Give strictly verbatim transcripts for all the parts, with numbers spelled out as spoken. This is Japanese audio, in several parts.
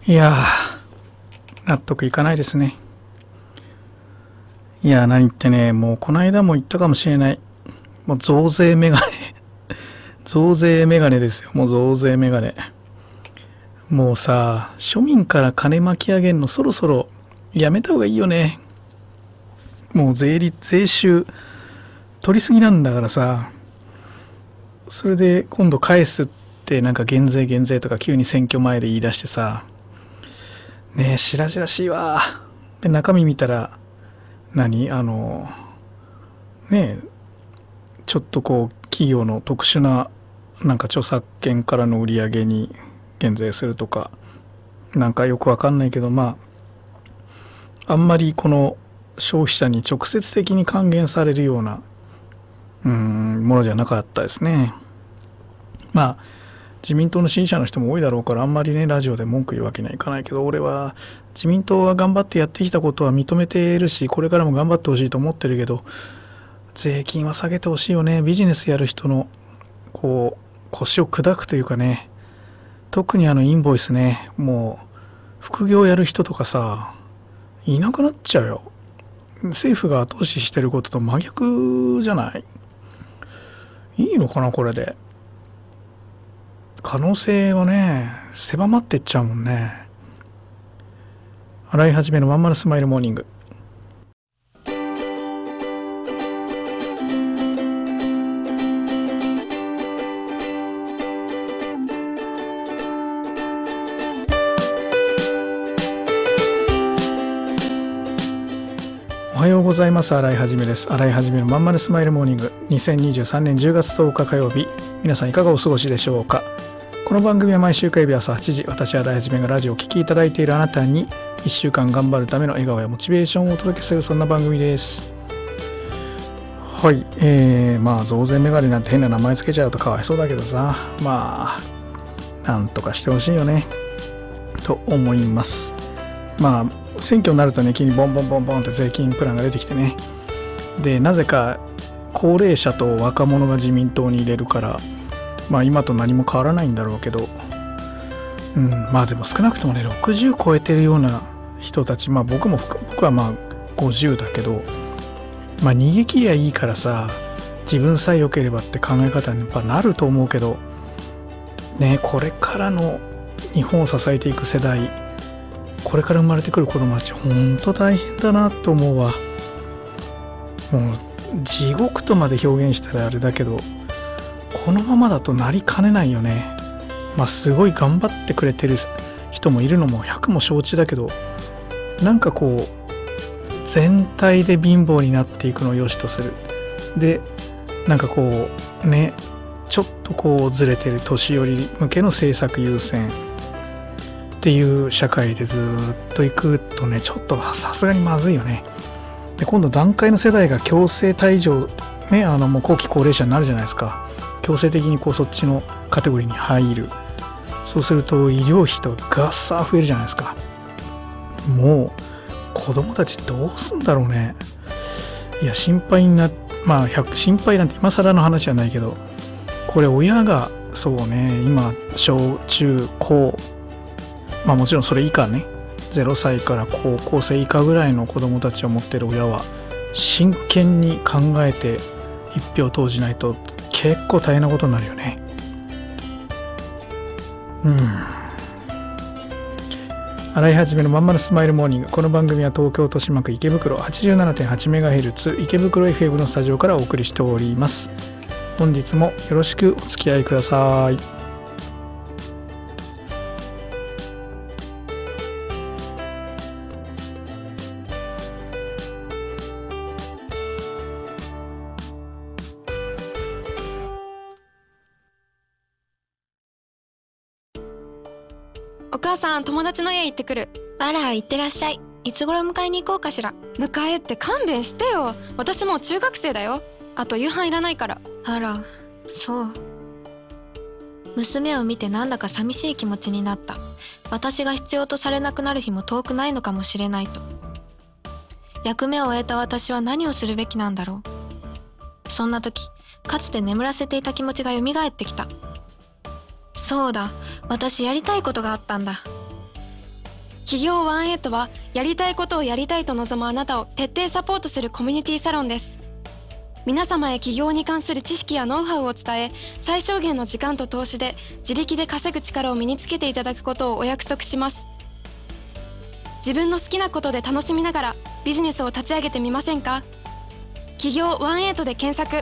いやー、納得いかないですね。いやー、何ってね、もうこの間も言ったかもしれない。もう増税メガネ。増税メガネですよ。もう増税メガネ。もうさ、庶民から金巻き上げんのそろそろやめた方がいいよね。もう税率、税収取りすぎなんだからさ。それで今度返すってなんか減税減税とか急に選挙前で言い出してさ。ねえ、しらじらしいわ。で、中身見たら、何あの、ねえ、ちょっとこう、企業の特殊な、なんか著作権からの売り上げに減税するとか、なんかよくわかんないけど、まあ、あんまりこの消費者に直接的に還元されるような、うーん、ものじゃなかったですね。まあ、自民党の支持者の人も多いだろうからあんまりねラジオで文句言うわけにはいかないけど、俺は自民党は頑張ってやってきたことは認めているし、これからも頑張ってほしいと思ってるけど、税金は下げてほしいよね。ビジネスやる人のこう腰を砕くというかね、特にあのインボイスね、もう副業やる人とかさいなくなっちゃうよ。政府が後押ししてることと真逆じゃない？いいのかなこれで。可能性はね狭まってっちゃうもんね。洗い始めのまんまるスマイルモーニング。おはようございます。洗い始めです。洗い始めのまんまるスマイルモーニング。にせんにじゅうさんねんじゅうがつとおか火曜日、皆さんいかがお過ごしでしょうか。この番組は毎週火曜日朝はちじ、私洗い始めがラジオを聴きいただいているあなたにいっしゅうかん頑張るための笑顔やモチベーションをお届けする、そんな番組です。はい、えー、まあ増税メガネなんて変な名前つけちゃうとかわいそうだけどさ、まあなんとかしてほしいよねと思います。まあ選挙になるとね、急にボンボンボンボンって税金プランが出てきてね、でなぜか高齢者と若者が自民党に入れるから、まあ今と何も変わらないんだろうけど、うん、まあでも少なくともねろくじゅう超えてるような人たち、まあ僕も僕はまあごじゅうだけど、まあ逃げ切りゃいいからさ、自分さえ良ければって考え方にやっぱなると思うけどね、これからの日本を支えていく世代、これから生まれてくる子供たちほんと大変だなと思うわ。もう地獄とまで表現したらあれだけど、このままだとなりかねないよね。まあすごい頑張ってくれてる人もいるのもひゃくも承知だけど、なんかこう全体で貧乏になっていくのを良しとする。でなんかこうね、ちょっとこうずれてる年寄り向けの政策優先っていう社会でずっと行くとね、ちょっとさすがにまずいよね。で今度団塊の世代が強制退場ね、あのもう後期高齢者になるじゃないですか。強制的にこうそっちのカテゴリーに入る。そうすると医療費とガッサー増えるじゃないですか。もう子供たちどうすんだろうね。いや心配になまあひゃく心配なんて今更の話じゃないけど、これ親がそうね、今小中高、まあもちろんそれ以下ね、ゼロさいから高校生以下ぐらいの子供たちを持ってる親は真剣に考えて一票投じないと結構大変なことになるよね。うん。洗い始めのまんまるスマイルモーニング。この番組は東京豊島区池袋 はちじゅうななてんはちメガヘルツ 池袋 エフエム のスタジオからお送りしております。本日もよろしくお付き合いください。 お母さん、友達の家行ってくる。 あら、行ってらっしゃい。いつ頃迎えに行こうかしら。 迎えって勘弁してよ。私もう中学生だよ。あと夕飯いらないから。 あら、そう。娘を見てなんだか寂しい気持ちになった。私が必要とされなくなる日も遠くないのかもしれないと。役目を終えた私は何をするべきなんだろう。そんな時、かつて眠らせていた気持ちが蘇ってきた。そうだ、私やりたいことがあったんだ。 企業ワンエイトはやりたいことをやりたいと望むあなたを徹底サポートするコミュニティサロンです。皆様へ起業に関する知識やノウハウを伝え、最小限の時間と投資で自力で稼ぐ力を身につけていただくことをお約束します。自分の好きなことで楽しみながらビジネスを立ち上げてみませんか？起業ワンエイトで検索。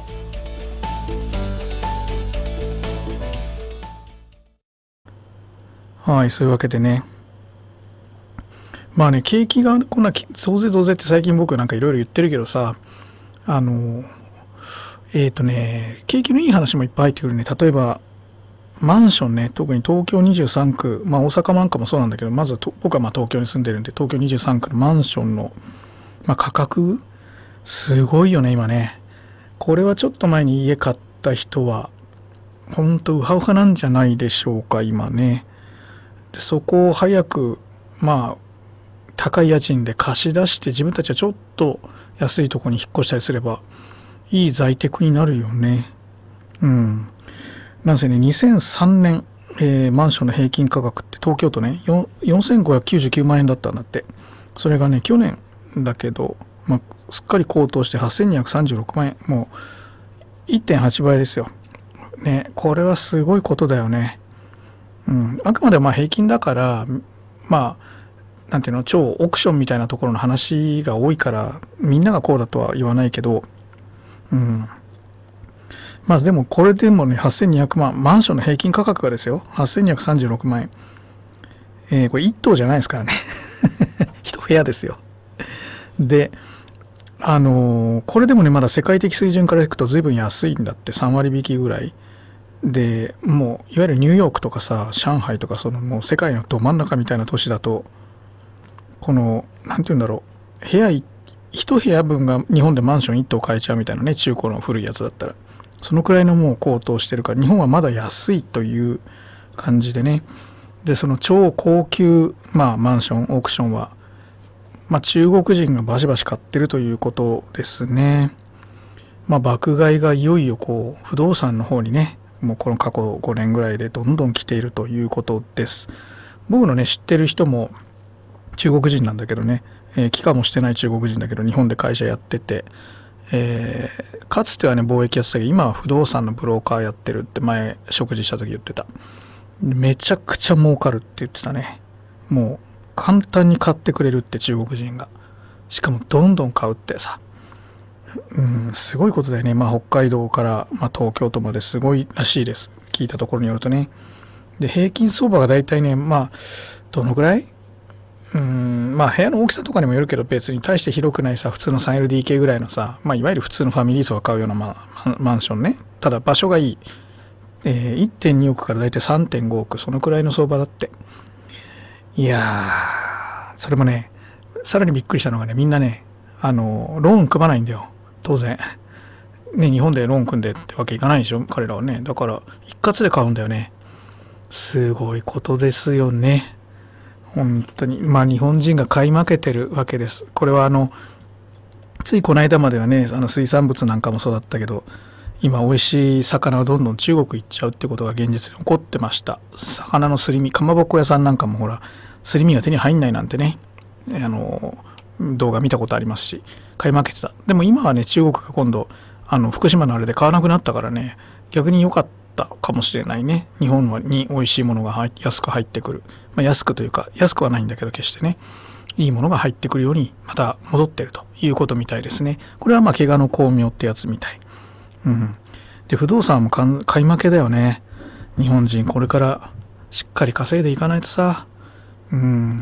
はい、そういうわけでね、まあね、景気がこんな増税増税って最近僕なんかいろいろ言ってるけどさ、あのえっ、ー、とね景気のいい話もいっぱい入ってくるね。例えばマンションね、特に東京にじゅうさんく、まあ大阪なんかもそうなんだけど、まずは僕はまあ東京に住んでるんで、東京にじゅうさんくのマンションの、まあ、価格すごいよね今ね。これはちょっと前に家買った人はほんとウハウハなんじゃないでしょうか今ね。でそこを早くまあ高い家賃で貸し出して自分たちはちょっと安いところに引っ越したりすればいい在宅になるよね。うん。なんせねにせんさんねん、えー、マンションの平均価格って東京都ねよんせんごひゃくきゅうじゅうきゅうまんえんだったんだって。それがね去年だけど、まあ、すっかり高騰してはっせんにひゃくさんじゅうろくまんえん、もう いってんはちばいですよ。ね、これはすごいことだよね。うん、あくまでまあ平均だからまあなんていうの超オークションみたいなところの話が多いからみんながこうだとは言わないけど、うん、まあでもこれでもねはっせんにひゃくまん、マンションの平均価格がですよはっせんにひゃくさんじゅうろくまんえん、えー、これいっ棟じゃないですからね一部屋ですよ。であのー、これでもねまだ世界的水準からいくと随分安いんだって。さんわり引きぐらいで、もういわゆるニューヨークとかさ上海とかそのもう世界のど真ん中みたいな都市だとこのなんて言うんだろう、部屋一部屋分が日本でマンション一棟買えちゃうみたいなね、中古の古いやつだったらそのくらいのもう高騰してるから日本はまだ安いという感じでね。でその超高級、まあ、マンションオークションは、まあ、中国人がバシバシ買ってるということですね。まあ爆買いがいよいよこう不動産の方にねもうこの過去ごねんぐらいでどんどん来ているということです。僕のね知ってる人も中国人なんだけどね、えー、帰化もしてない中国人だけど日本で会社やってて、えー、かつてはね貿易やってたけど今は不動産のブローカーやってるって前食事した時言ってた。めちゃくちゃ儲かるって言ってたね。もう簡単に買ってくれるって中国人が、しかもどんどん買うってさ、うん、すごいことだよね。まあ北海道から、まあ、東京都まですごいらしいです。聞いたところによるとね。で平均相場がだいたいねまあどのぐらい、うんまあ部屋の大きさとかにもよるけど別に大して広くないさ普通の スリーエルディーケー ぐらいのさ、まあいわゆる普通のファミリー層が買うような、まあ、マンションね。ただ場所がいい、えー、いってんにおくからだいたい さんてんごおく、そのくらいの相場だって。いやーそれもねさらにびっくりしたのがね、みんなねあのローン組まないんだよ当然ね。日本でローン組んでってわけいかないでしょ彼らはね。だから一括で買うんだよね。すごいことですよね本当に。まあ日本人が買い負けてるわけです。これはあのついこの間まではねあの水産物なんかもそうだったけど、今美味しい魚はどんどん中国行っちゃうってことが現実に起こってました。魚のすり身、かまぼこ屋さんなんかもほらすり身が手に入んないなんてねあの動画見たことありますし、買い負けてた。でも今はね中国が今度あの福島のあれで買わなくなったからね逆に良かったかもしれないね。日本に美味しいものが安く入ってくる、まあ、安くというか安くはないんだけど決してねいいものが入ってくるようにまた戻ってるということみたいですね。これはまあ怪我の巧妙ってやつみたい。うん、で不動産も買い負けだよね。日本人これからしっかり稼いでいかないとさ、うん、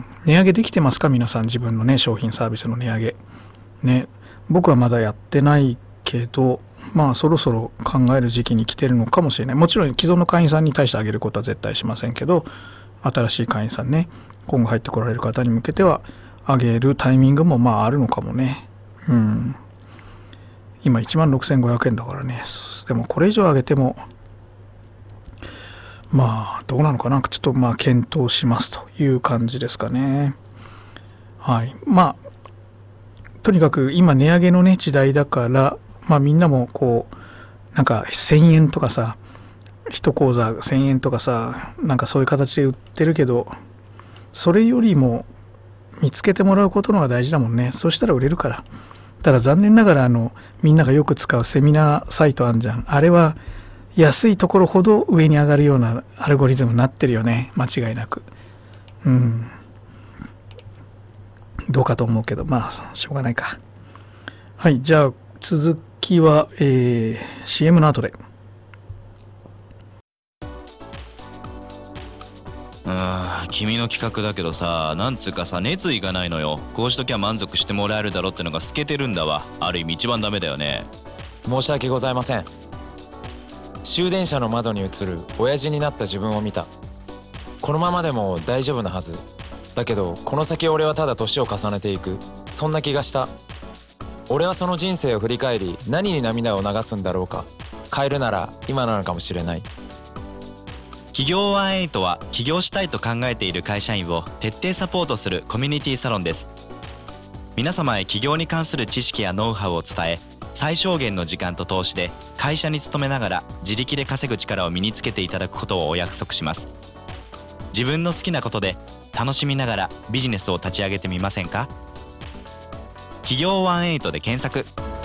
値上げできてますか皆さん、自分のね商品サービスの値上げね。僕はまだやってないけどまあそろそろ考える時期に来てるのかもしれない。もちろん既存の会員さんに対してあげることは絶対しませんけど、新しい会員さんね今後入ってこられる方に向けては上げるタイミングもまああるのかもね。うん今 いちまんろくせんごひゃくえんだからね。でもこれ以上上げてもまあどうなのかな、ちょっとまあ検討しますという感じですかね。はいまあとにかく今値上げのね時代だからまあみんなもこうなんかせんえんとかさ一口座せんえんとかさなんかそういう形で売ってるけど、それよりも見つけてもらうことの方が大事だもんね。そうしたら売れるから。ただ残念ながらあのみんながよく使うセミナーサイトあんじゃん。あれは安いところほど上に上がるようなアルゴリズムになってるよね、間違いなく。うんどうかと思うけど、まあしょうがないか。はい、じゃあ続きは、えー、シーエム の後で。 うーん、君の企画だけどさ、なんつうかさ、熱意がないのよ。こうしときゃ満足してもらえるだろうってのが透けてるんだわ。ある意味一番ダメだよね。 申し訳ございません。終電車の窓に映る親父になった自分を見た。このままでも大丈夫なはずだけど、この先俺はただ年を重ねていく、そんな気がした。俺はその人生を振り返り、何に涙を流すんだろうか。変えるなら今なのかもしれない。 企業ワンエイトは起業したいと考えている会社員を徹底サポートするコミュニティサロンです。皆様へ起業に関する知識やノウハウを伝え、最小限の時間と投資で会社に勤めながら自力で稼ぐ力を身につけていただくことをお約束します。自分の好きなことで楽しみながらビジネスを立ち上げてみませんか？企業ワンエイトで検索。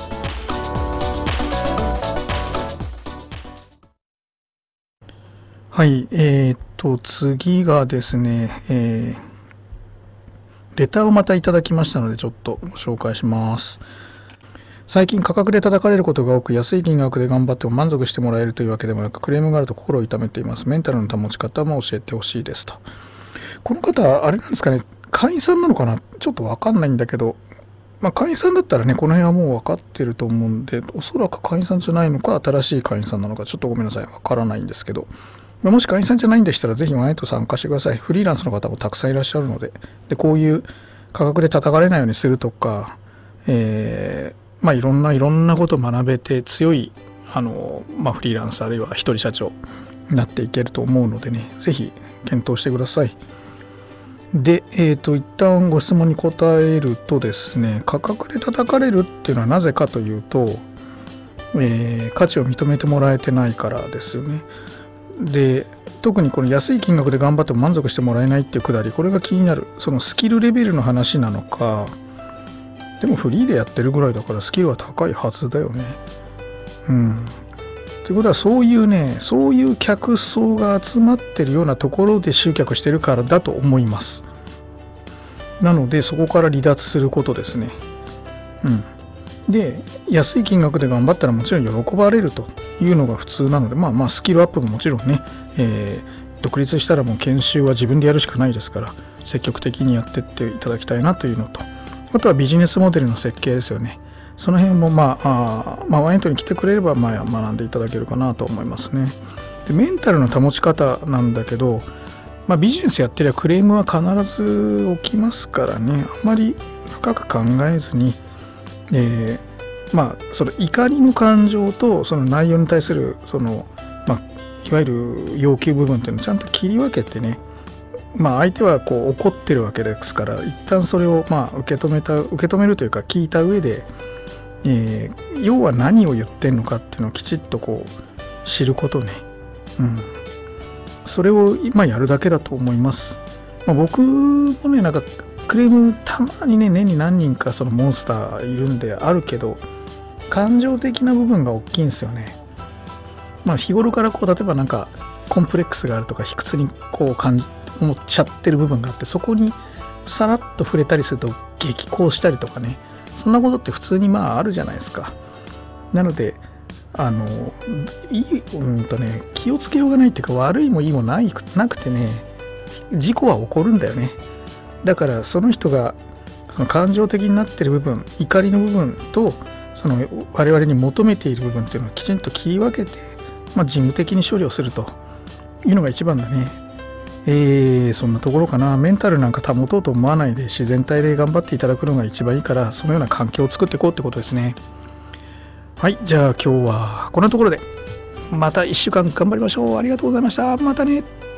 はい、えー、っと次がですね、えー、レターをまたいただきましたのでちょっとご紹介します。最近価格で叩かれることが多く、安い金額で頑張っても満足してもらえるというわけでもなく、クレームがあると心を痛めています。メンタルの保ち方も教えてほしいですと。この方あれなんですかね、会員さんなのかな、ちょっと分かんないんだけど、まあ、会員さんだったらねこの辺はもう分かってると思うんで、おそらく会員さんじゃないのか新しい会員さんなのかちょっとごめんなさい、分からないんですけど、まあ、もし会員さんじゃないんでしたらぜひワンエイト参加してください。フリーランスの方もたくさんいらっしゃるので、でこういう価格で叩かれないようにするとか、えーまあ、いろんないろんなことを学べて強いあの、まあ、フリーランスあるいは一人社長になっていけると思うのでね、ぜひ検討してください。で、えーと、一旦ご質問に答えるとですね、価格で叩かれるっていうのはなぜかというと、えー、価値を認めてもらえてないからですよね。で、特にこの安い金額で頑張っても満足してもらえないっていうくだり、これが気になる。そのスキルレベルの話なのか、でもフリーでやってるぐらいだからスキルは高いはずだよね。うん。ということはそういうね、そういう客層が集まってるようなところで集客してるからだと思います。なのでそこから離脱することですね。うん。で、安い金額で頑張ったらもちろん喜ばれるというのが普通なので、まあまあスキルアップももちろんね、えー、独立したらもう研修は自分でやるしかないですから、積極的にやってっていただきたいなというのと、あとはビジネスモデルの設計ですよね。その辺もまあ、あまあ、ワンエイトに来てくれればまあ学んでいただけるかなと思いますね。で、メンタルの保ち方なんだけど、まあ、ビジネスやってりゃクレームは必ず起きますからね、あまり深く考えずに、えー、まあその怒りの感情とその内容に対するその、まあ、いわゆる要求部分っていうのをちゃんと切り分けてね、まあ、相手はこう怒ってるわけですから、一旦それをまあ受け止めた受け止めるというか聞いた上で、えー、要は何を言ってんのかっていうのをきちっとこう知ることね、うん、それを今やるだけだと思います。まあ、僕もね、なんかクレームたまにね、年に何人かそのモンスターいるんであるけど、感情的な部分が大きいんですよね。まあ日頃からこう例えばなんかコンプレックスがあるとか卑屈にこう感じ思っちゃってる部分があって、そこにさらっと触れたりすると激高したりとかね、そんなことって普通にまああるじゃないですか。なのであのいい、うんとね、気をつけようがないっていうか、悪いもいいもないなくてね、事故は起こるんだよね。だからその人がその感情的になってる部分、怒りの部分とその我々に求めている部分っていうのをきちんと切り分けて、まあ、事務的に処理をするというのが一番だね。えー、そんなところかな。メンタルなんか保とうと思わないで自然体で頑張っていただくのが一番いいから、そのような環境を作っていこうってことですね。はい、じゃあ今日はこんなところで、またいっしゅうかん頑張りましょう。ありがとうございました。またね。